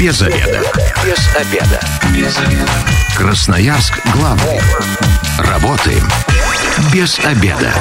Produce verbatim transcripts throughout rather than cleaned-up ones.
Без обеда. Без обеда. Без обеда. Красноярск главный. Работаем без обеда.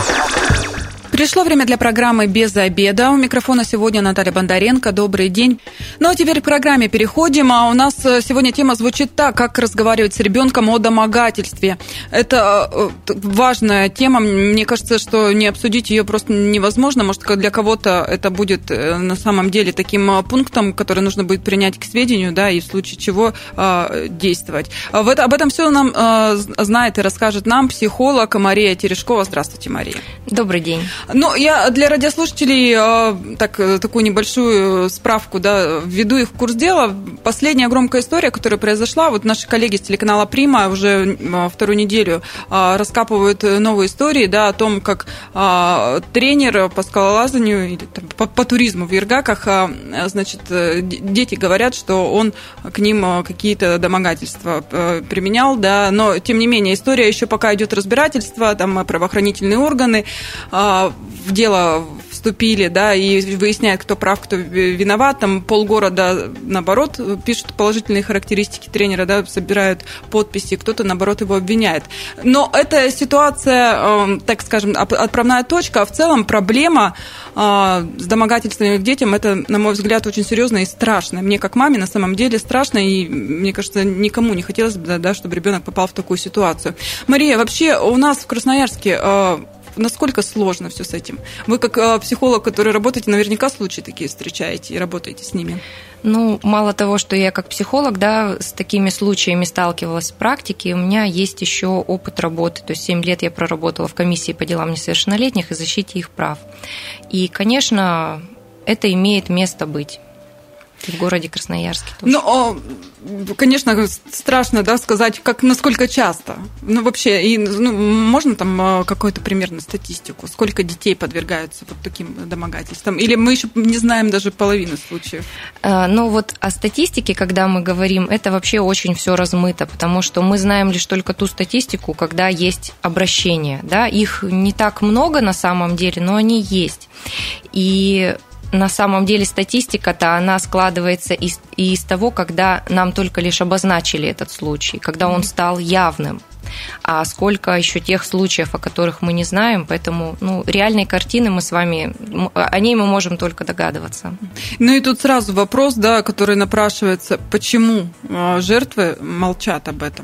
Пришло время для программы «Без обеда». У микрофона сегодня Наталья Бондаренко. Добрый день. Ну а теперь к программе переходим. А у нас сегодня тема звучит так: как разговаривать с ребенком о домогательстве. Это важная тема. Мне кажется, что не обсудить ее просто невозможно. Может, для кого-то это будет на самом деле таким пунктом, который нужно будет принять к сведению, да, и в случае чего действовать. Об этом все нам знает и расскажет нам психолог Мария Терешкова. Здравствуйте, Мария. Добрый день. Ну, я для радиослушателей так, такую небольшую справку, да, введу их в курс дела. Последняя громкая история, которая произошла, вот наши коллеги с телеканала «Прима» уже вторую неделю раскапывают новые истории, да, о том, как тренер по скалолазанию или там, по, по туризму в Ергаках, значит, дети говорят, что он к ним какие-то домогательства применял, да, но, тем не менее, история еще пока идет разбирательство, там правоохранительные органы в дело вступили, да, и выясняют, кто прав, кто виноват. Там полгорода, наоборот, пишут положительные характеристики тренера, да, собирают подписи, кто-то, наоборот, его обвиняет. Но эта ситуация, так скажем, отправная точка, а в целом проблема с домогательствами к детям, это, на мой взгляд, очень серьезно и страшно. Мне, как маме, на самом деле страшно, и, мне кажется, никому не хотелось бы, да, чтобы ребенок попал в такую ситуацию. Мария, вообще у нас в Красноярске насколько сложно все с этим? Вы, как психолог, который работаете, наверняка случаи такие встречаете и работаете с ними. Ну, мало того, что я как психолог, да, с такими случаями сталкивалась в практике, у меня есть еще опыт работы. То есть семь лет я проработала в комиссии по делам несовершеннолетних и защите их прав. И, конечно, это имеет место быть. В городе Красноярске тоже. Ну, конечно, страшно, да, сказать, как, насколько часто. Ну, вообще, и, ну, можно там какую-то примерно статистику? Сколько детей подвергаются вот таким домогательствам? Или мы еще не знаем даже половины случаев? Ну, вот о статистике, когда мы говорим, это вообще очень все размыто, потому что мы знаем лишь только ту статистику, когда есть обращения, да, их не так много на самом деле, но они есть. И на самом деле статистика-то, она складывается из, из того, когда нам только лишь обозначили этот случай, когда он стал явным. А сколько еще тех случаев, о которых мы не знаем, поэтому, ну, реальной картины мы с вами, о ней мы можем только догадываться. Ну и тут сразу вопрос, да, который напрашивается, почему жертвы молчат об этом?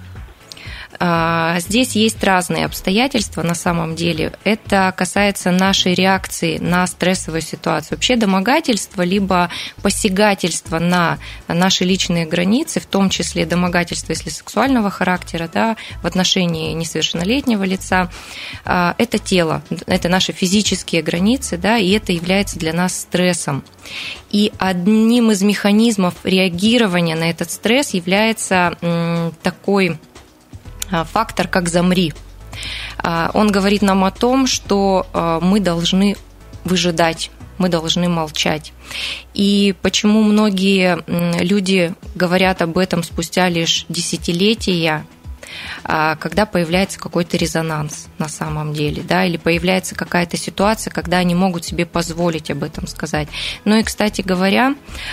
Здесь есть разные обстоятельства на самом деле. Это касается нашей реакции на стрессовую ситуацию. Вообще домогательство, либо посягательство на наши личные границы, в том числе домогательство, если сексуального характера, да, в отношении несовершеннолетнего лица, это тело, это наши физические границы, да, и это является для нас стрессом. И одним из механизмов реагирования на этот стресс является такой фактор, как «замри». Он говорит нам о том, что мы должны выжидать, мы должны молчать. И почему многие люди говорят об этом спустя лишь десятилетия, когда появляется какой-то резонанс на самом деле, да, или появляется какая-то ситуация, когда они могут себе позволить об этом сказать. Ну и, кстати говоря,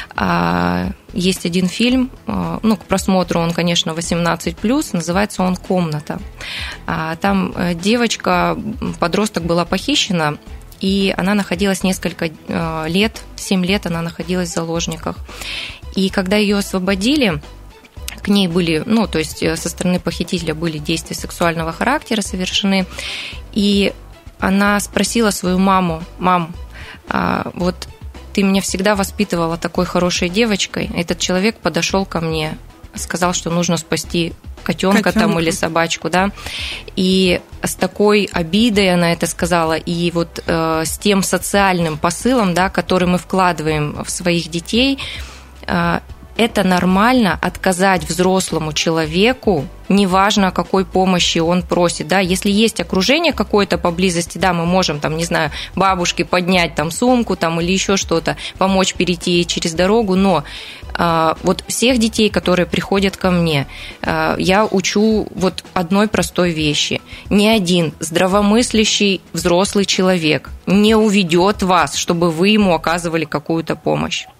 есть один фильм, ну, к просмотру он, конечно, восемнадцать плюс, называется он «Комната». Там девочка, подросток, была похищена, и она находилась несколько лет, семь лет она находилась в заложниках. И когда ее освободили, к ней были, ну, то есть со стороны похитителя были действия сексуального характера совершены, и она спросила свою маму: «Мам, вот ты меня всегда воспитывала такой хорошей девочкой». Этот человек подошел ко мне, сказал, что нужно спасти котенка там или собачку, да, и с такой обидой она это сказала, и вот э, с тем социальным посылом, да, который мы вкладываем в своих детей, э, это нормально отказать взрослому человеку, неважно, о какой помощи он просит, да, если есть окружение какое-то поблизости, да, мы можем, там, не знаю, бабушке поднять там сумку там или еще что-то, помочь перейти через дорогу, но э, вот всех детей, которые приходят ко мне, э, я учу вот одной простой вещи: ни один здравомыслящий взрослый человек не уведет вас, чтобы вы ему оказывали какую-то помощь.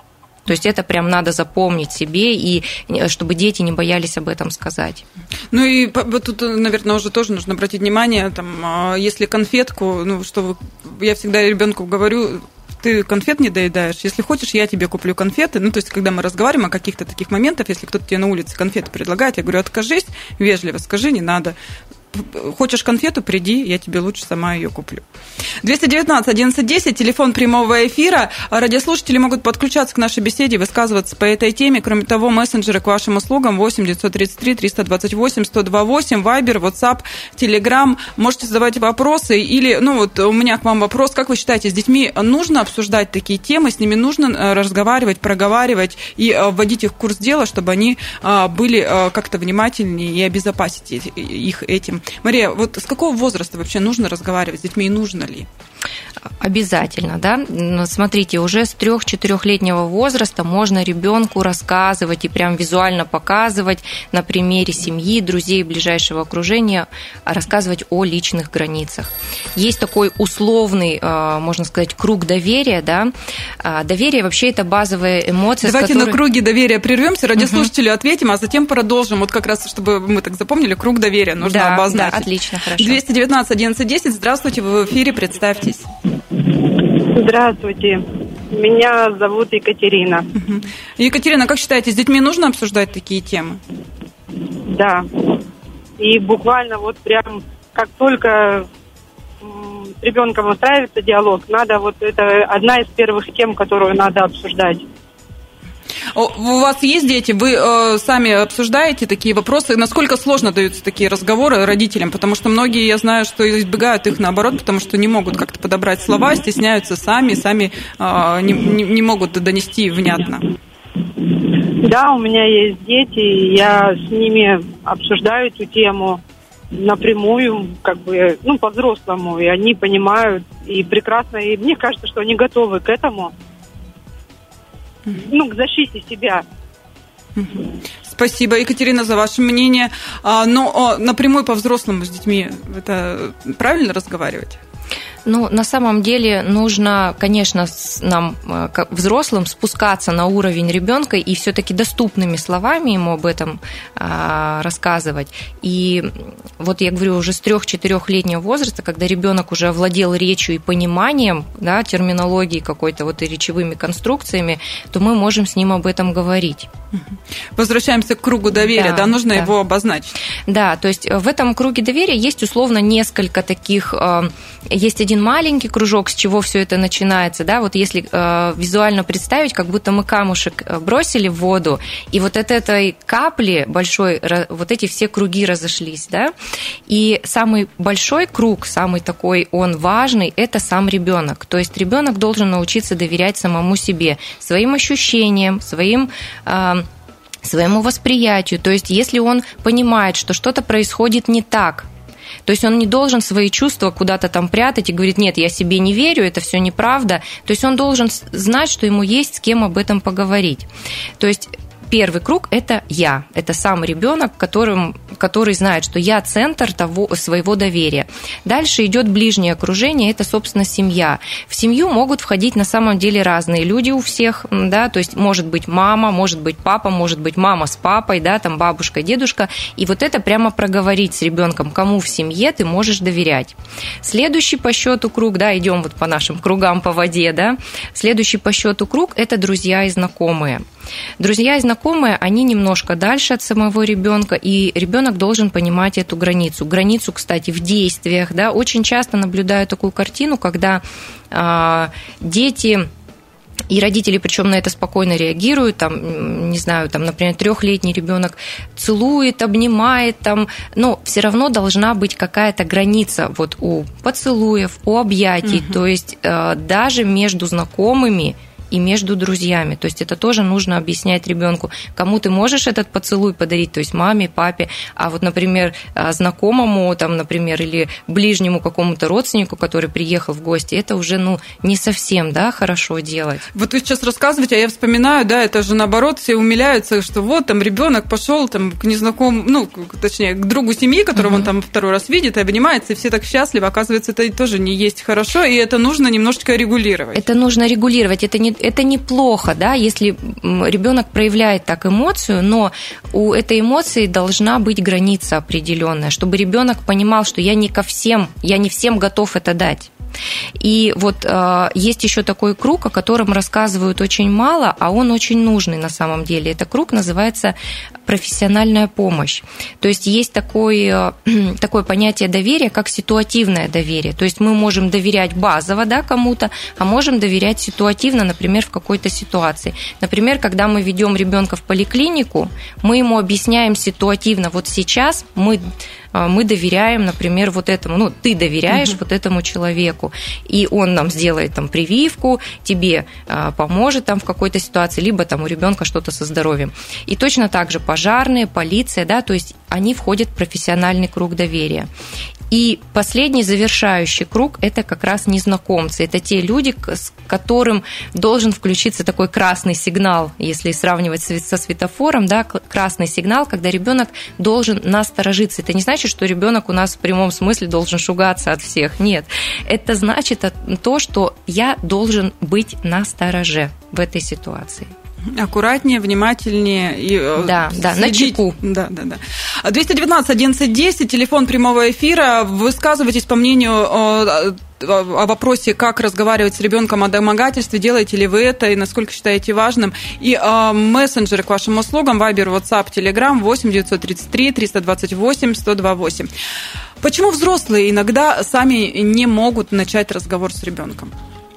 То есть это прям надо запомнить себе, и чтобы дети не боялись об этом сказать. Ну и тут, наверное, уже тоже нужно обратить внимание, там, если конфетку, ну, что вы, я всегда ребенку говорю, ты конфет не доедаешь, если хочешь, я тебе куплю конфеты. Ну, то есть, когда мы разговариваем о каких-то таких моментах, если кто-то тебе на улице конфеты предлагает, я говорю, откажись, вежливо скажи, не надо. Хочешь конфету, приди, я тебе лучше сама ее куплю. двести девятнадцать одиннадцать десять, телефон прямого эфира. Радиослушатели могут подключаться к нашей беседе, высказываться по этой теме. Кроме того, мессенджеры к вашим услугам восемь девятьсот тридцать три триста двадцать восемь сто двадцать восемь, Вайбер, Ватсап, Телеграм. Можете задавать вопросы. Или, ну вот у меня к вам вопрос. Как вы считаете, с детьми нужно обсуждать такие темы, с ними нужно разговаривать, проговаривать и вводить их в курс дела, чтобы они были как-то внимательнее и обезопасить их этим? Мария, вот с какого возраста вообще нужно разговаривать с детьми и нужно ли? Обязательно, да. Смотрите, уже с трёх-четырёхлетнего возраста можно ребенку рассказывать и прям визуально показывать на примере семьи, друзей, ближайшего окружения, рассказывать о личных границах. Есть такой условный, можно сказать, круг доверия, да. Доверие вообще это базовая эмоция. Давайте которой... на круге доверия прервемся, радиослушателю угу. ответим, а затем продолжим. Вот как раз, чтобы мы так запомнили, круг доверия нужно да, обозначить. Да, отлично, хорошо. двести девятнадцать одиннадцать десять, здравствуйте, вы в эфире, представьтесь. Здравствуйте, меня зовут Екатерина. Угу. Екатерина, как считаете, с детьми нужно обсуждать такие темы? Да, и буквально вот прям как только с ребенком устраивается диалог, надо вот это одна из первых тем, которую надо обсуждать. У вас есть дети? Вы э, сами обсуждаете такие вопросы? Насколько сложно даются такие разговоры родителям? Потому что многие, я знаю, что избегают их наоборот, потому что не могут как-то подобрать слова, стесняются сами, сами э, не, не могут донести внятно. Да, у меня есть дети, и я с ними обсуждаю эту тему напрямую, как бы, ну, по-взрослому, и они понимают, и прекрасно, и мне кажется, что они готовы к этому. Ну, к защите себя. Спасибо, Екатерина, за ваше мнение. Но напрямую по-взрослому с детьми это правильно разговаривать? Ну, на самом деле нужно, конечно, нам, как взрослым, спускаться на уровень ребенка и все-таки доступными словами ему об этом а, рассказывать. И вот я говорю, уже с трех-четырехлетнего возраста, когда ребенок уже овладел речью и пониманием, да, терминологии какой-то вот и речевыми конструкциями, то мы можем с ним об этом говорить. Возвращаемся к кругу доверия, да, да нужно да. его обозначить. Да, то есть в этом круге доверия есть условно несколько таких, есть один маленький кружок, с чего все это начинается, да, вот если визуально представить, как будто мы камушек бросили в воду, и вот от этой капли большой, вот эти все круги разошлись, да, и самый большой круг, самый такой, он важный, это сам ребенок, то есть ребенок должен научиться доверять самому себе, своим ощущениям, своим своему восприятию. То есть если он понимает, что что-то происходит не так, то есть он не должен свои чувства куда-то там прятать и говорить, нет, я себе не верю, это все неправда. То есть он должен знать, что ему есть с кем об этом поговорить. То есть первый круг – это я, это сам ребенок, которым, который знает, что я центр того, своего доверия. Дальше идет ближнее окружение, это, собственно, семья. В семью могут входить на самом деле разные люди у всех, да, то есть может быть мама, может быть папа, может быть мама с папой, да, там бабушка, дедушка, и вот это прямо проговорить с ребенком, кому в семье ты можешь доверять. Следующий по счету круг, да, идем вот по нашим кругам по воде, да, следующий по счету круг – это друзья и знакомые. Друзья и знакомые, они немножко дальше от самого ребенка, и ребенок должен понимать эту границу. Границу, кстати, в действиях. Да? Очень часто наблюдаю такую картину, когда э, дети и родители, причем на это спокойно реагируют, там, не знаю, там, например, трехлетний ребенок целует, обнимает, там, но все равно должна быть какая-то граница вот у поцелуев, у объятий, угу. То есть э, даже между знакомыми и между друзьями. То есть это тоже нужно объяснять ребенку, кому ты можешь этот поцелуй подарить, то есть маме, папе, а вот, например, знакомому, там, например, или ближнему какому-то родственнику, который приехал в гости, это уже, ну, не совсем, да, хорошо делать. Вот вы сейчас рассказываете, а я вспоминаю, да, это же наоборот, все умиляются, что вот там ребенок пошел там к незнакомому, ну, точнее, к другу семьи, которого uh-huh. он там второй раз видит и обнимается, и все так счастливы. Оказывается, это тоже не есть хорошо, и это нужно немножечко регулировать. Это нужно регулировать. Это не это неплохо, да, если ребенок проявляет так эмоцию, но у этой эмоции должна быть граница определенная, чтобы ребенок понимал, что я не ко всем, я не всем готов это дать. И вот э, есть еще такой круг, о котором рассказывают очень мало, а он очень нужный на самом деле. Это круг называется профессиональная помощь. То есть есть такое, такое понятие доверия, как ситуативное доверие. То есть мы можем доверять базово, да, кому-то, а можем доверять ситуативно, например, в какой-то ситуации. Например, когда мы ведем ребенка в поликлинику, мы ему объясняем ситуативно, вот сейчас мы мы доверяем, например, вот этому, ну, ты доверяешь угу. вот этому человеку, и он нам сделает там прививку, тебе а, поможет там в какой-то ситуации, либо там у ребенка что-то со здоровьем. И точно так же пожарные, полиция, да, то есть они входят в профессиональный круг доверия. И последний завершающий круг – это как раз незнакомцы. Это те люди, с которым должен включиться такой красный сигнал, если сравнивать со светофором, да, красный сигнал, когда ребенок должен насторожиться. Это не значит, что ребенок у нас в прямом смысле должен шугаться от всех. Нет. Это значит то, что я должен быть настороже в этой ситуации. Аккуратнее, внимательнее и да, да, на чеку. Да, да, да. двести девятнадцать одиннадцать десять, телефон прямого эфира. Высказывайтесь по мнению о, о вопросе, как разговаривать с ребенком о домогательстве, делаете ли вы это и насколько считаете важным. И э, мессенджеры к вашим услугам, Вайбер, WhatsApp, Telegram восемь девятьсот тридцать три триста двадцать восемь сто двадцать восемь. Почему взрослые иногда сами не могут начать разговор с ребенком?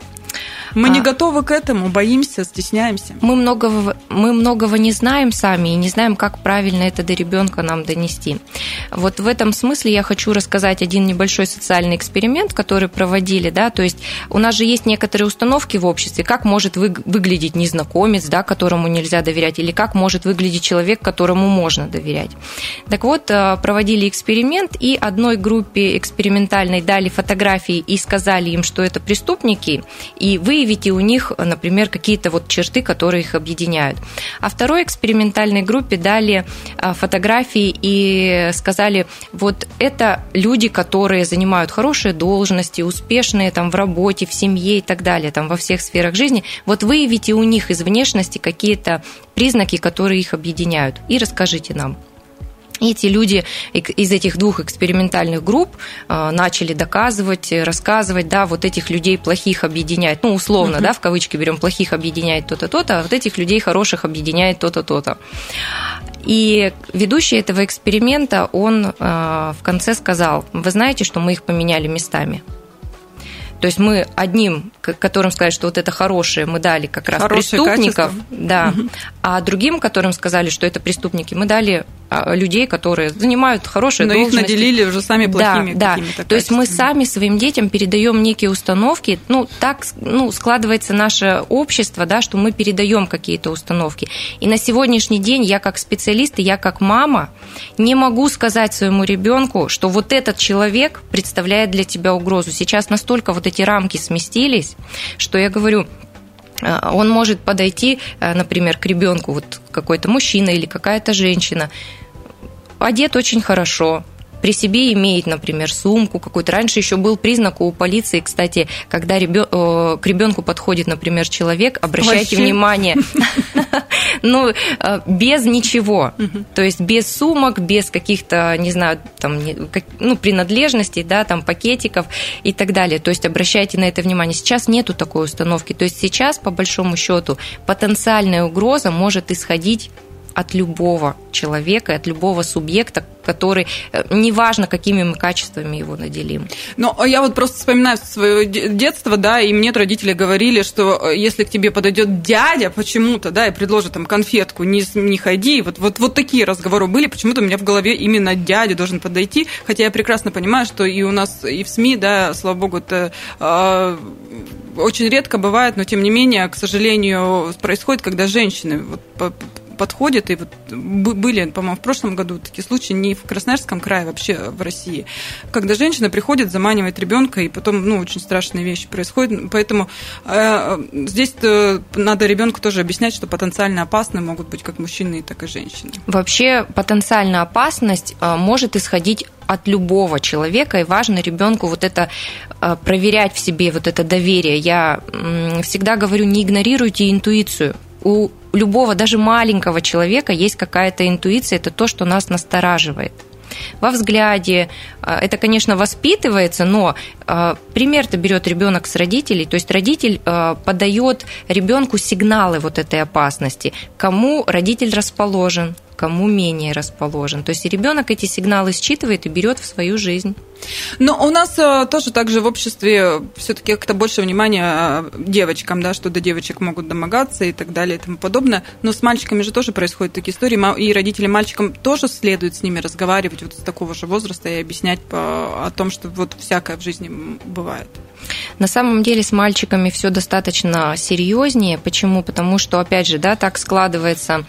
Мы не готовы к этому, боимся, стесняемся. Мы многого, мы многого не знаем сами и не знаем, как правильно это до ребенка нам донести. Вот в этом смысле я хочу рассказать один небольшой социальный эксперимент, который проводили. Да? То есть у нас же есть некоторые установки в обществе, как может вы, выглядеть незнакомец, да, которому нельзя доверять, или как может выглядеть человек, которому можно доверять. Так вот, проводили эксперимент, и одной группе экспериментальной дали фотографии и сказали им, что это преступники, и вы выявите у них, например, какие-то вот черты, которые их объединяют. А второй экспериментальной группе дали фотографии и сказали, вот это люди, которые занимают хорошие должности, успешные там в работе, в семье и так далее, там во всех сферах жизни. Вот выявите у них из внешности какие-то признаки, которые их объединяют, и расскажите нам. И эти люди из этих двух экспериментальных групп начали доказывать, рассказывать, да, вот этих людей плохих объединяет, ну, условно, uh-huh. да, в кавычки берем, плохих объединяет то-то, то-то, а вот этих людей хороших объединяет то-то, то-то. И ведущий этого эксперимента, он в конце сказал, вы знаете, что мы их поменяли местами. То есть мы одним, которым сказали, что вот это хорошее, мы дали как раз хорошее преступников, да, угу. а другим, которым сказали, что это преступники, мы дали людей, которые занимают хорошие Но должности. Но их наделили уже сами плохими да, какими-то да. То есть мы сами своим детям передаем некие установки, ну, так ну, складывается наше общество, да, что мы передаем какие-то установки. И на сегодняшний день я как специалист, и я как мама не могу сказать своему ребенку, что вот этот человек представляет для тебя угрозу. Сейчас настолько вот эти рамки сместились, что я говорю, он может подойти, например, к ребенку, вот какой-то мужчина или какая-то женщина, одет очень хорошо, при себе имеет, например, сумку какую-то. Раньше еще был признак у полиции, кстати, когда ребё... к ребенку подходит, например, человек, обращайте Вообще. внимание, ну, без ничего, то есть без сумок, без каких-то, не знаю, там, ну, принадлежностей, да, там, пакетиков и так далее. То есть обращайте на это внимание. Сейчас нету такой установки. То есть сейчас, по большому счету, потенциальная угроза может исходить от любого человека, от любого субъекта, который, неважно, какими мы качествами его наделим. Ну, я вот просто вспоминаю свое детство, да, и мне родители говорили, что если к тебе подойдет дядя почему-то, да, и предложит там конфетку, не, не ходи, вот, вот, вот такие разговоры были, почему-то у меня в голове именно дядя должен подойти, хотя я прекрасно понимаю, что и у нас, и в СМИ, да, слава богу, это э, очень редко бывает, но тем не менее, к сожалению, происходит, когда женщины вот, подходит. И вот были, по-моему, в прошлом году такие случаи не в Красноярском крае, вообще в России, когда женщина приходит, заманивает ребенка, и потом, ну, очень страшные вещи происходят. Поэтому э, здесь надо ребенку тоже объяснять, что потенциально опасны могут быть как мужчины, так и женщины. Вообще потенциальная опасность может исходить от любого человека, и важно ребенку вот это проверять в себе, вот это доверие. Я всегда говорю, не игнорируйте интуицию. У любого, даже маленького человека есть какая-то интуиция, это то, что нас настораживает. Во взгляде, это, конечно, воспитывается, но пример-то берет ребенок с родителей, то есть родитель подает ребенку сигналы вот этой опасности, кому родитель расположен, кому менее расположен. То есть ребенок эти сигналы считывает и берет в свою жизнь. Но у нас тоже также в обществе все-таки как-то больше внимания девочкам, да, что до девочек могут домогаться и так далее и тому подобное. Но с мальчиками же тоже происходят такие истории, и родителям мальчикам тоже следует с ними разговаривать вот с такого же возраста и объяснять по, о том, что вот всякое в жизни бывает. На самом деле с мальчиками все достаточно серьезнее. Почему? Потому что, опять же, да, так складывается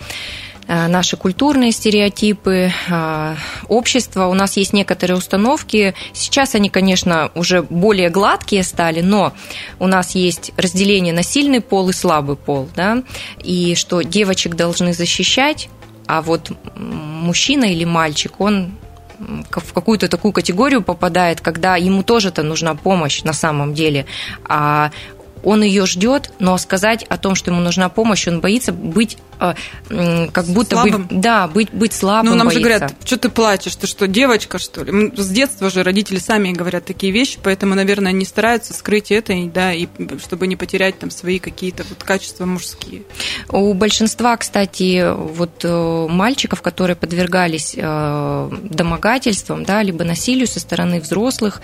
наши культурные стереотипы, общество. У нас есть некоторые установки. Сейчас они, конечно, уже более гладкие стали, но у нас есть разделение на сильный пол и слабый пол, да, и что девочек должны защищать, а вот мужчина или мальчик, он в какую-то такую категорию попадает, когда ему тоже-то нужна помощь на самом деле, а он ее ждет, но сказать о том, что ему нужна помощь, он боится быть как будто слабым. бы, да, быть, быть слабым. Ну, нам боится. же говорят, что ты плачешь, ты что, девочка, что ли? С детства же родители сами говорят такие вещи, поэтому, наверное, они стараются скрыть это, да, и чтобы не потерять там свои какие-то вот качества мужские. У большинства, кстати, вот мальчиков, которые подвергались домогательствам, да, либо насилию со стороны взрослых,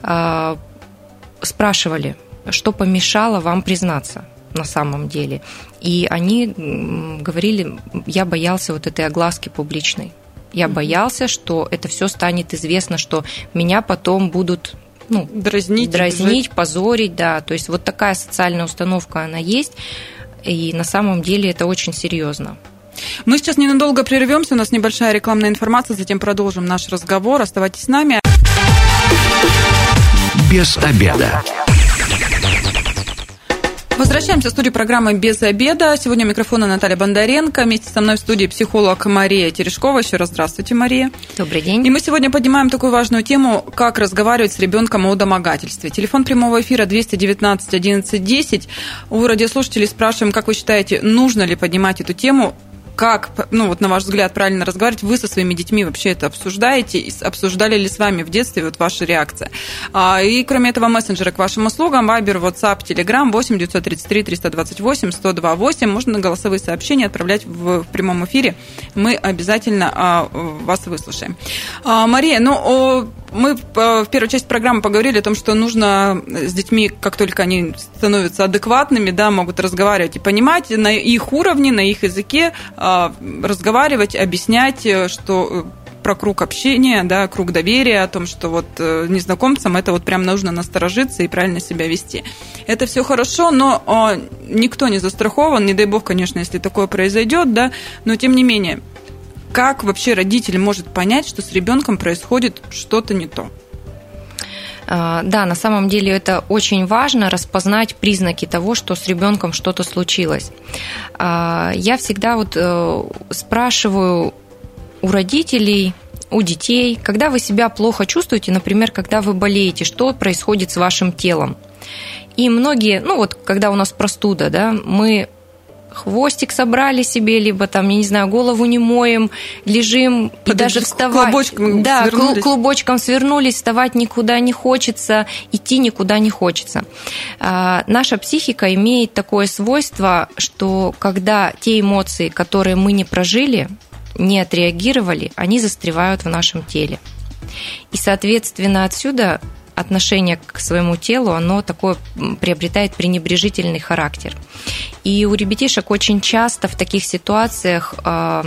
спрашивали, что помешало вам признаться на самом деле. И они говорили, я боялся вот этой огласки публичной. Я mm-hmm. боялся, что это все станет известно, что меня потом будут ну, дразнить, дразнить позорить. Да. То есть вот такая социальная установка, она есть. И на самом деле это очень серьезно. Мы сейчас ненадолго прервемся, у нас небольшая рекламная информация, затем продолжим наш разговор. Оставайтесь с нами. Без обеда. Возвращаемся в студию программы «Без обеда». Сегодня у микрофона Наталья Бондаренко. Вместе со мной в студии психолог Мария Терешкова. Еще раз здравствуйте, Мария. Добрый день. И мы сегодня поднимаем такую важную тему, как разговаривать с ребенком о домогательстве. Телефон прямого эфира двести девятнадцать одиннадцать десять. У радиослушателей спрашиваем, как вы считаете, нужно ли поднимать эту тему? Как, ну вот на ваш взгляд, правильно разговаривать? Вы со своими детьми вообще это обсуждаете? Обсуждали ли с вами в детстве вот ваша реакция? И кроме этого, мессенджеры к вашим услугам, Вайбер, WhatsApp, Telegram восемь девятьсот тридцать три триста двадцать восемь сто два восемь. Можно голосовые сообщения отправлять в, в прямом эфире. Мы обязательно а, вас выслушаем. А, Мария, ну, мы в первой части программы поговорили о том, что нужно с детьми, как только они становятся адекватными, да, могут разговаривать и понимать на их уровне, на их языке, разговаривать, объяснять, что про круг общения, да, круг доверия, о том, что вот незнакомцам это вот прям нужно насторожиться и правильно себя вести. Это все хорошо, но никто не застрахован, не дай бог, конечно, если такое произойдет, да, но тем не менее, как вообще родитель может понять, что с ребенком происходит что-то не то? Да, на самом деле это очень важно, распознать признаки того, что с ребенком что-то случилось. Я всегда вот спрашиваю у родителей, у детей, когда вы себя плохо чувствуете, например, когда вы болеете, что происходит с вашим телом. И многие, ну вот когда у нас простуда, да, мы хвостик собрали себе, либо там, я не знаю, голову не моем, лежим и даже вставать. Клубочком да, свернулись. клубочком свернулись, вставать никуда не хочется, идти никуда не хочется. А, наша психика имеет такое свойство, что когда те эмоции, которые мы не прожили, не отреагировали, они застревают в нашем теле. И, соответственно, отсюда отношение к своему телу, оно такое приобретает пренебрежительный характер. И у ребятишек очень часто в таких ситуациях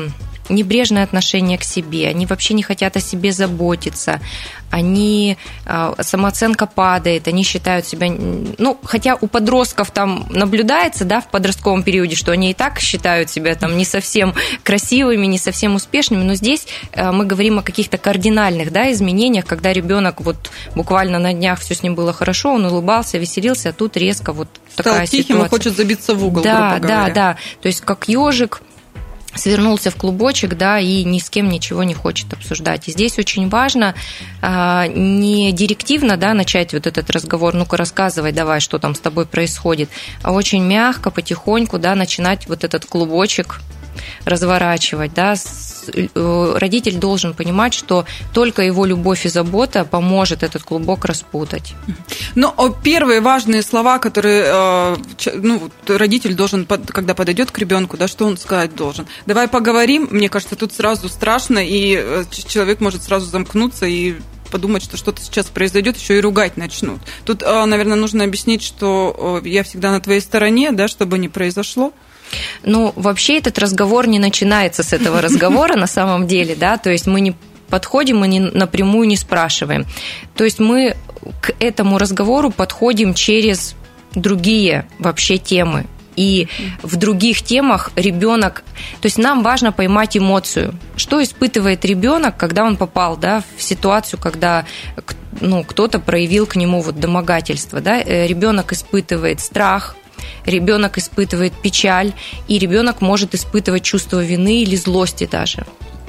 небрежное отношение к себе, они вообще не хотят о себе заботиться, они, самооценка падает, они считают себя, ну, хотя у подростков там наблюдается, да, в подростковом периоде, что они и так считают себя там не совсем красивыми, не совсем успешными, но здесь мы говорим о каких-то кардинальных, да, изменениях, когда ребенок вот буквально на днях все с ним было хорошо, он улыбался, веселился, а тут резко вот стал такая тихим ситуация. И хочет забиться в угол, да, грубо да, говоря. да, то есть как ежик свернулся в клубочек, да, и ни с кем ничего не хочет обсуждать. И здесь очень важно а, не директивно, да, начать вот этот разговор, ну-ка рассказывай, давай, что там с тобой происходит, а очень мягко, потихоньку, да, начинать вот этот клубочек разворачивать, да. Родитель должен понимать, что только его любовь и забота поможет этот клубок распутать. Ну, первые важные слова, которые ну, родитель должен, когда подойдет к ребенку, да, что он сказать должен? Давай поговорим. Мне кажется, тут сразу страшно, и человек может сразу замкнуться и подумать, что что-то сейчас произойдет, еще и ругать начнут. Тут, наверное, нужно объяснить, что я всегда на твоей стороне, да, чтобы не произошло. Ну, вообще этот разговор не начинается с этого разговора на самом деле, да, то есть мы не подходим, мы не, напрямую не спрашиваем. То есть мы к этому разговору подходим через другие вообще темы. И в других темах ребенок, то есть нам важно поймать эмоцию. Что испытывает ребенок, когда он попал, да, в ситуацию, когда ну, кто-то проявил к нему вот домогательство, да? Ребенок испытывает страх, ребенок испытывает печаль, и ребенок может испытывать чувство вины или злости даже.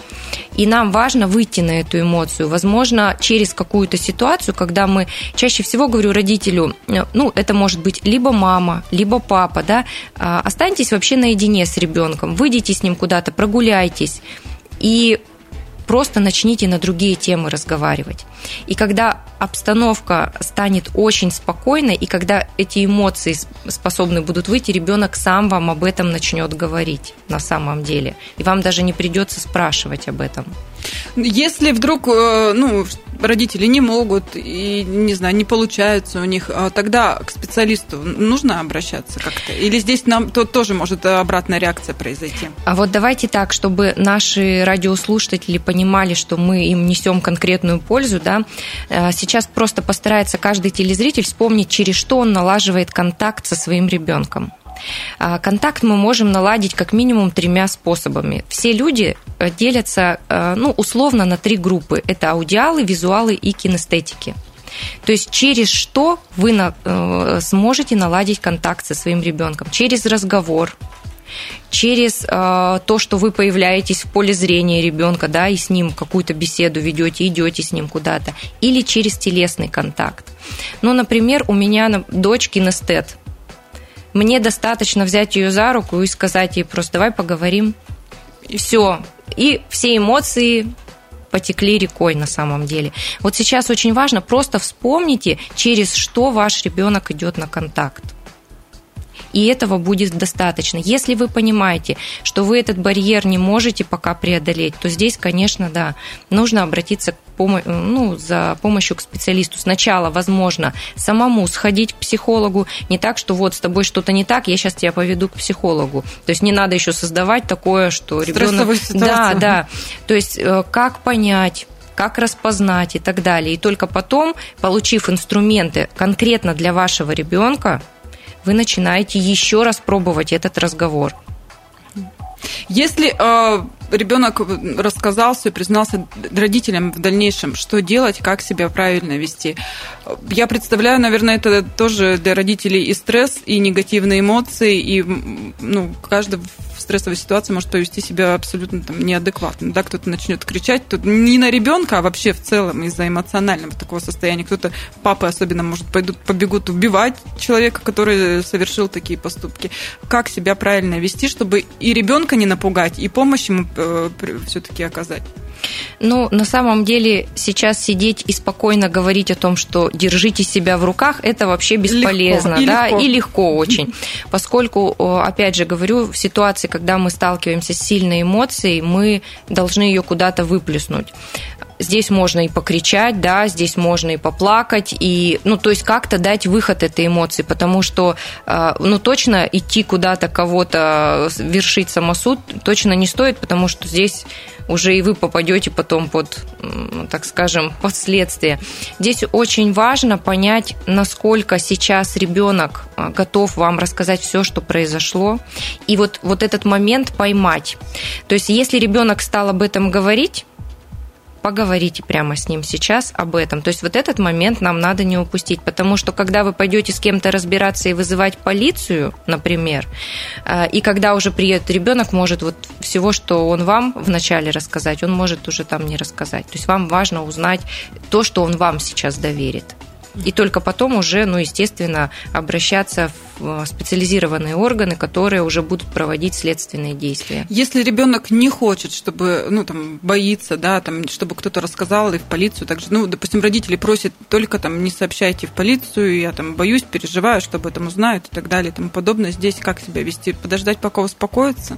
И нам важно выйти на эту эмоцию, возможно, через какую-то ситуацию, когда мы, чаще всего говорю родителю, ну, это может быть либо мама, либо папа, да, останьтесь вообще наедине с ребенком, выйдите с ним куда-то, прогуляйтесь, и просто начните на другие темы разговаривать. И когда обстановка станет очень спокойной, и когда эти эмоции способны будут выйти, ребенок сам вам об этом начнет говорить на самом деле. И вам даже не придется спрашивать об этом. Если вдруг ну, родители не могут и, не знаю, не получается у них, тогда к специалисту нужно обращаться как-то? Или здесь нам то, тоже может обратная реакция произойти? А вот давайте так, чтобы наши радиослушатели понимали, что мы им несем конкретную пользу, да, сейчас просто постарается каждый телезритель вспомнить, через что он налаживает контакт со своим ребенком. Контакт мы можем наладить как минимум тремя способами. Все люди делятся, ну, условно на три группы. Это аудиалы, визуалы и кинестетики. То есть через что вы сможете наладить контакт со своим ребенком? Через разговор, через э, то, что вы появляетесь в поле зрения ребенка, да, и с ним какую-то беседу ведете, идете с ним куда-то, или через телесный контакт. Ну, например, у меня дочь кинестет. Мне достаточно взять ее за руку и сказать ей просто давай поговорим. И все. И все эмоции потекли рекой на самом деле. Вот сейчас очень важно, просто вспомните, через что ваш ребенок идет на контакт. И этого будет достаточно. Если вы понимаете, что вы этот барьер не можете пока преодолеть, то здесь, конечно, да, нужно обратиться к пом- ну, за помощью к специалисту. Сначала, возможно, самому сходить к психологу. Не так, что вот с тобой что-то не так, я сейчас тебя поведу к психологу. То есть не надо еще создавать такое, что ребенок... Да, да. То есть как понять, как распознать и так далее. И только потом, получив инструменты конкретно для вашего ребенка, вы начинаете еще раз пробовать этот разговор. Если э, ребенок рассказал все, признался родителям в дальнейшем, что делать, как себя правильно вести, я представляю, наверное, это тоже для родителей и стресс, и негативные эмоции, и ну, каждый в стрессовой ситуации может повести себя абсолютно там, неадекватно. Да? Кто-то начнет кричать, тут не на ребенка, а вообще в целом из-за эмоционального такого состояния. Кто-то, папы особенно, может, пойдут, побегут убивать человека, который совершил такие поступки. Как себя правильно вести, чтобы и ребенка не напугать, и помощь ему э, все-таки оказать? Ну, на самом деле, сейчас сидеть и спокойно говорить о том, что держите себя в руках, это вообще бесполезно, легко, да, и легко. и легко очень. Поскольку, опять же говорю, в ситуации, когда мы сталкиваемся с сильной эмоцией, мы должны ее куда-то выплеснуть. здесь можно и покричать, да, здесь можно и поплакать, и, ну, то есть как-то дать выход этой эмоции, потому что, ну, точно идти куда-то кого-то вершить самосуд точно не стоит, потому что здесь уже и вы попадете потом под, так скажем, последствия. Здесь очень важно понять, насколько сейчас ребенок готов вам рассказать все, что произошло, и вот, вот этот момент поймать. То есть если ребенок стал об этом говорить, поговорите прямо с ним сейчас об этом. То есть вот этот момент нам надо не упустить, потому что когда вы пойдете с кем-то разбираться и вызывать полицию, например, и когда уже приедет ребенок, может вот всего, что он вам вначале рассказать, он может уже там не рассказать. То есть вам важно узнать то, что он вам сейчас доверит. И только потом уже, ну, естественно, обращаться в специализированные органы, которые уже будут проводить следственные действия. Если ребенок не хочет, чтобы, ну, там, боится, да, там, чтобы кто-то рассказал и в полицию, также, ну, допустим, родители просят только там не сообщайте в полицию, я там боюсь, переживаю, что об этом узнают и так далее и тому подобное. Здесь как себя вести? Подождать, пока успокоится?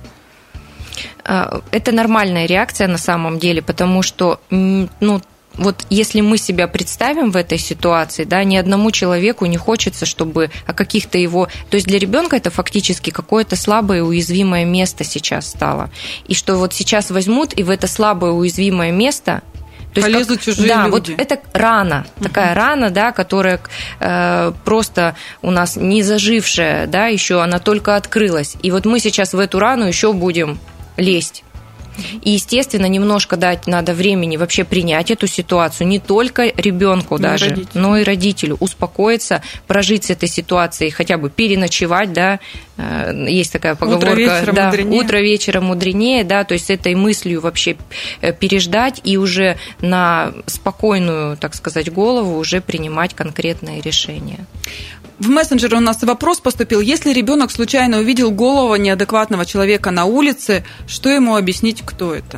Это нормальная реакция на самом деле, потому что, ну, вот если мы себя представим в этой ситуации, да, ни одному человеку не хочется, чтобы о каких-то его... То есть для ребенка это фактически какое-то слабое уязвимое место сейчас стало. И что вот сейчас возьмут и в это слабое уязвимое место... То есть полезут как, чужие да, люди. Вот это рана, uh-huh. такая рана, да, которая э, просто у нас не зажившая, да, еще она только открылась. И вот мы сейчас в эту рану еще будем лезть. И, естественно, немножко дать надо времени вообще принять эту ситуацию не только ребенку даже, родителю. но и родителю, успокоиться, прожить с этой ситуацией, хотя бы переночевать, да, есть такая поговорка, утро вечером да, мудренее. утро вечером мудренее, да, то есть с этой мыслью вообще переждать и уже на спокойную, так сказать, голову уже принимать конкретные решения. В мессенджере у нас вопрос поступил. Если ребенок случайно увидел голову неадекватного человека на улице, что ему объяснить, кто это?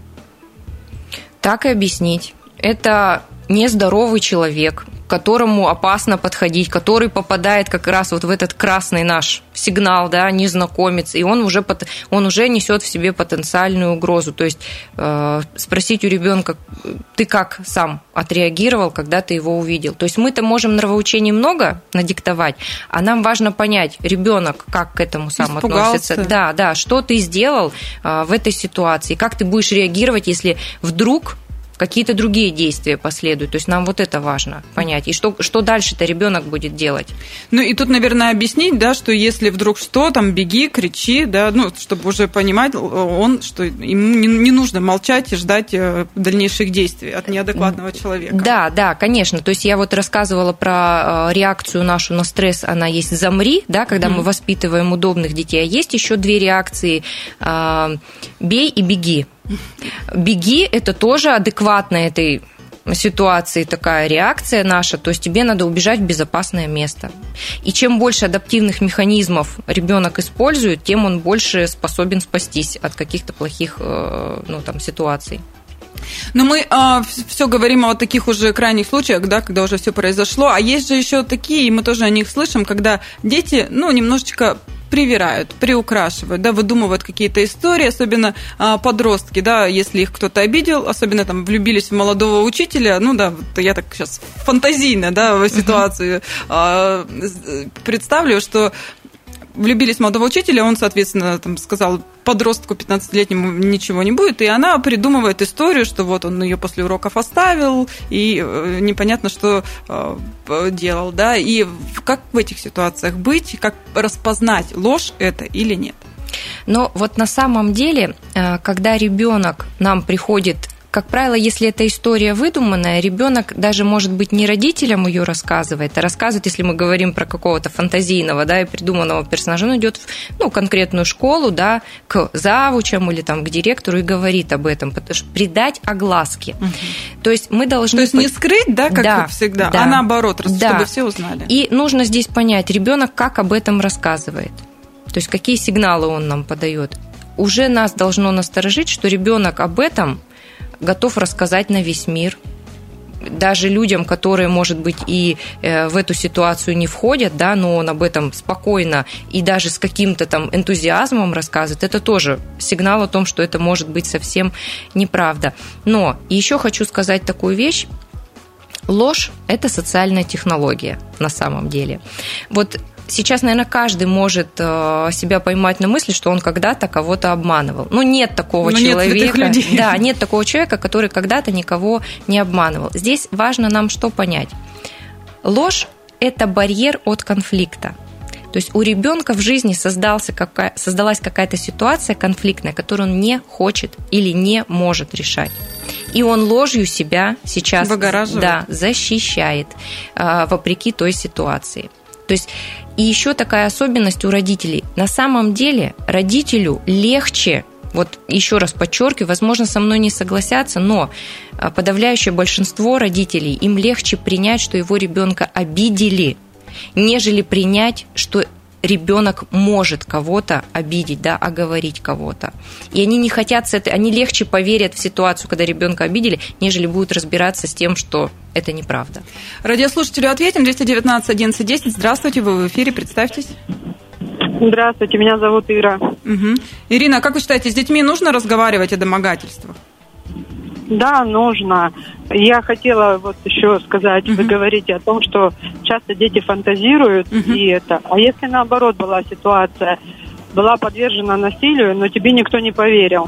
Так и объяснить. Это нездоровый человек, к которому опасно подходить, который попадает как раз вот в этот красный наш сигнал, да, незнакомец, и он уже, он уже несет в себе потенциальную угрозу. То есть э, спросить у ребенка, ты как сам отреагировал, когда ты его увидел. То есть мы-то можем нравоучений много надиктовать, а нам важно понять, ребенок как к этому сам Испугался. относится. Да, да, что ты сделал э, в этой ситуации, как ты будешь реагировать, если вдруг какие-то другие действия последуют. То есть нам вот это важно понять. И что, что дальше-то ребенок будет делать? Ну и тут, наверное, объяснить, да, что если вдруг что, там беги, кричи, да, ну, чтобы уже понимать он, что ему не, не нужно молчать и ждать дальнейших действий от неадекватного человека. Да, да, конечно. То есть я вот рассказывала про реакцию нашу на стресс, она есть «замри», да, когда mm-hmm. мы воспитываем удобных детей. А есть еще две реакции «бей» и «беги». Беги – это тоже адекватная этой ситуации такая реакция наша, то есть тебе надо убежать в безопасное место. И чем больше адаптивных механизмов ребенок использует, тем он больше способен спастись от каких-то плохих, ну, там, ситуаций. Но мы э, все говорим о вот таких уже крайних случаях, да, когда уже все произошло, а есть же еще такие, и мы тоже о них слышим, когда дети, ну, немножечко привирают, приукрашивают, да, выдумывают какие-то истории, особенно а, подростки, да, если их кто-то обидел, особенно там влюбились в молодого учителя, ну да, вот я так сейчас фантазийно, да, в ситуацию а, представлю, что влюбились в молодого учителя, он, соответственно, там, сказал подростку пятнадцатилетнему ничего не будет, и она придумывает историю, что вот он ее после уроков оставил, и непонятно, что делал, да, и как в этих ситуациях быть, как распознать, ложь это или нет? Но вот на самом деле, когда ребенок нам приходит, как правило, если эта история выдуманная, ребенок даже, может быть, не родителям ее рассказывает, а рассказывает, если мы говорим про какого-то фантазийного, да, и придуманного персонажа, он идет в, ну, конкретную школу, да, к завучам или там к директору и говорит об этом, потому что придать огласке. Угу. То есть мы должны... То есть не скрыть, да, как да, всегда, да, а наоборот, да. чтобы все узнали. И нужно здесь понять, ребенок как об этом рассказывает, то есть какие сигналы он нам подает. Уже нас должно насторожить, что ребенок об этом готов рассказать на весь мир, даже людям, которые, может быть, и в эту ситуацию не входят, да, но он об этом спокойно и даже с каким-то там энтузиазмом рассказывает, это тоже сигнал о том, что это может быть совсем неправда. Но еще хочу сказать такую вещь. Ложь – это социальная технология на самом деле. Вот сейчас, наверное, каждый может себя поймать на мысли, что он когда-то кого-то обманывал. Но нет такого Но человека. Нет да, нет такого человека, который когда-то никого не обманывал. Здесь важно нам что понять. Ложь – это барьер от конфликта. То есть у ребенка в жизни создался какая, создалась какая-то ситуация конфликтная, которую он не хочет или не может решать. И он ложью себя сейчас да, защищает, вопреки той ситуации. То есть и еще такая особенность у родителей. На самом деле родителю легче, вот еще раз подчеркиваю, возможно, со мной не согласятся, но подавляющее большинство родителей, им легче принять, что его ребенка обидели, нежели принять, что ребенок может кого-то обидеть, да, оговорить кого-то. И они не хотят с этой, они легче поверят в ситуацию, когда ребенка обидели, нежели будут разбираться с тем, что это неправда. Радиослушателю ответим. двести девятнадцать одиннадцать десять. Здравствуйте, вы в эфире, представьтесь. Здравствуйте, меня зовут Ира. Угу. Ирина, как вы считаете, с детьми нужно разговаривать о домогательствах? Да, нужно. Я хотела вот еще сказать, uh-huh. вы говорите о том, что часто дети фантазируют, uh-huh. и это. А если наоборот была ситуация, была подвержена насилию, но тебе никто не поверил?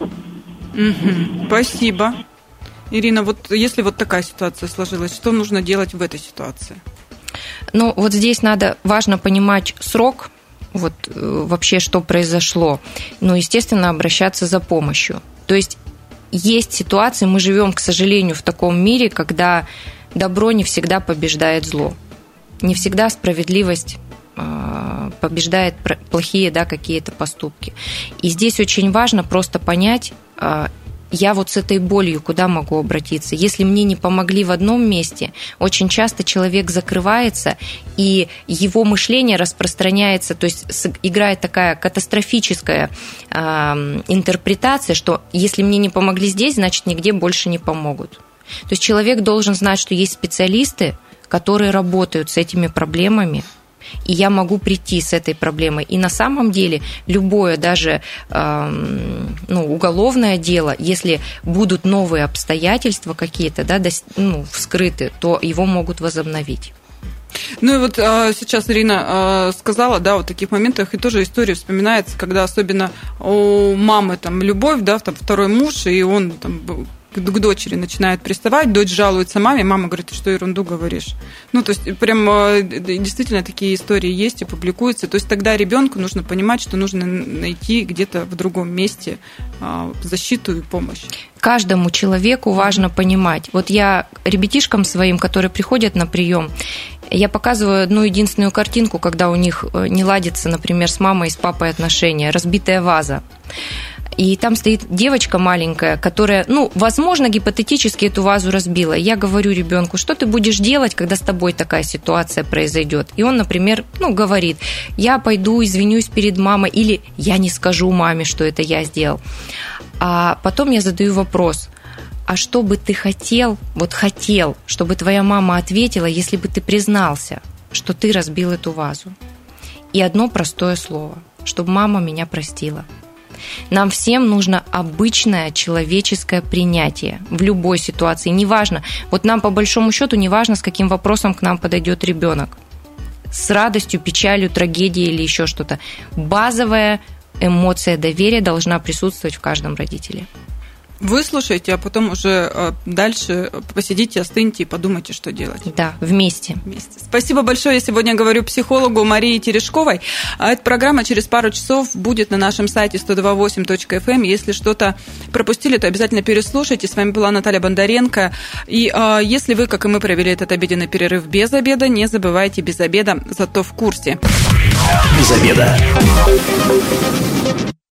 Uh-huh. Спасибо. Ирина, вот если вот такая ситуация сложилась, что нужно делать в этой ситуации? Ну, вот здесь надо, важно понимать срок, вот вообще, что произошло. Ну, естественно, обращаться за помощью. То есть есть ситуации, мы живем, к сожалению, в таком мире, когда добро не всегда побеждает зло. Не всегда справедливость побеждает плохие, да, какие-то поступки. И здесь очень важно просто понять, я вот с этой болью куда могу обратиться? Если мне не помогли в одном месте, очень часто человек закрывается, и его мышление распространяется, то есть играет такая катастрофическая э, интерпретация, что если мне не помогли здесь, значит, нигде больше не помогут. То есть человек должен знать, что есть специалисты, которые работают с этими проблемами, и я могу прийти с этой проблемой. И на самом деле любое даже э, ну, уголовное дело, если будут новые обстоятельства какие-то, да, ну, вскрыты, то его могут возобновить. Ну и вот а, сейчас Ирина а, сказала, да, вот в таких моментах и тоже история вспоминается, когда особенно у мамы там любовь, да, там второй муж, и он там к дочери начинает приставать, дочь жалуется маме, мама говорит, ты что ерунду говоришь. Ну, то есть прям действительно такие истории есть и публикуются. То есть тогда ребенку нужно понимать, что нужно найти где-то в другом месте защиту и помощь. Каждому человеку важно понимать. Вот я ребятишкам своим, которые приходят на прием, я показываю одну единственную картинку, когда у них не ладится, например, с мамой и с папой отношения, разбитая ваза. И там стоит девочка маленькая, которая, ну, возможно, гипотетически эту вазу разбила. Я говорю ребенку, что ты будешь делать, когда с тобой такая ситуация произойдет? И он, например, ну, говорит, я пойду извинюсь перед мамой, или я не скажу маме, что это я сделал. А потом я задаю вопрос, а что бы ты хотел, вот хотел, чтобы твоя мама ответила, если бы ты признался, что ты разбил эту вазу? И одно простое слово, чтобы мама меня простила. Нам всем нужно обычное человеческое принятие в любой ситуации. Неважно, вот нам по большому счету неважно, с каким вопросом к нам подойдет ребенок. С радостью, печалью, трагедией или еще что-то. Базовая эмоция доверия должна присутствовать в каждом родителе. Выслушайте, а потом уже дальше посидите, остыньте и подумайте, что делать. Да, вместе. вместе. Спасибо большое. Я сегодня говорю психологу Марии Терешковой. А эта программа через пару часов будет на нашем сайте сто два восемь точка эф эм. Если что-то пропустили, то обязательно переслушайте. С вами была Наталья Бондаренко. И а, если вы, как и мы, провели этот обеденный перерыв без обеда, не забывайте без обеда, зато в курсе. Без обеда.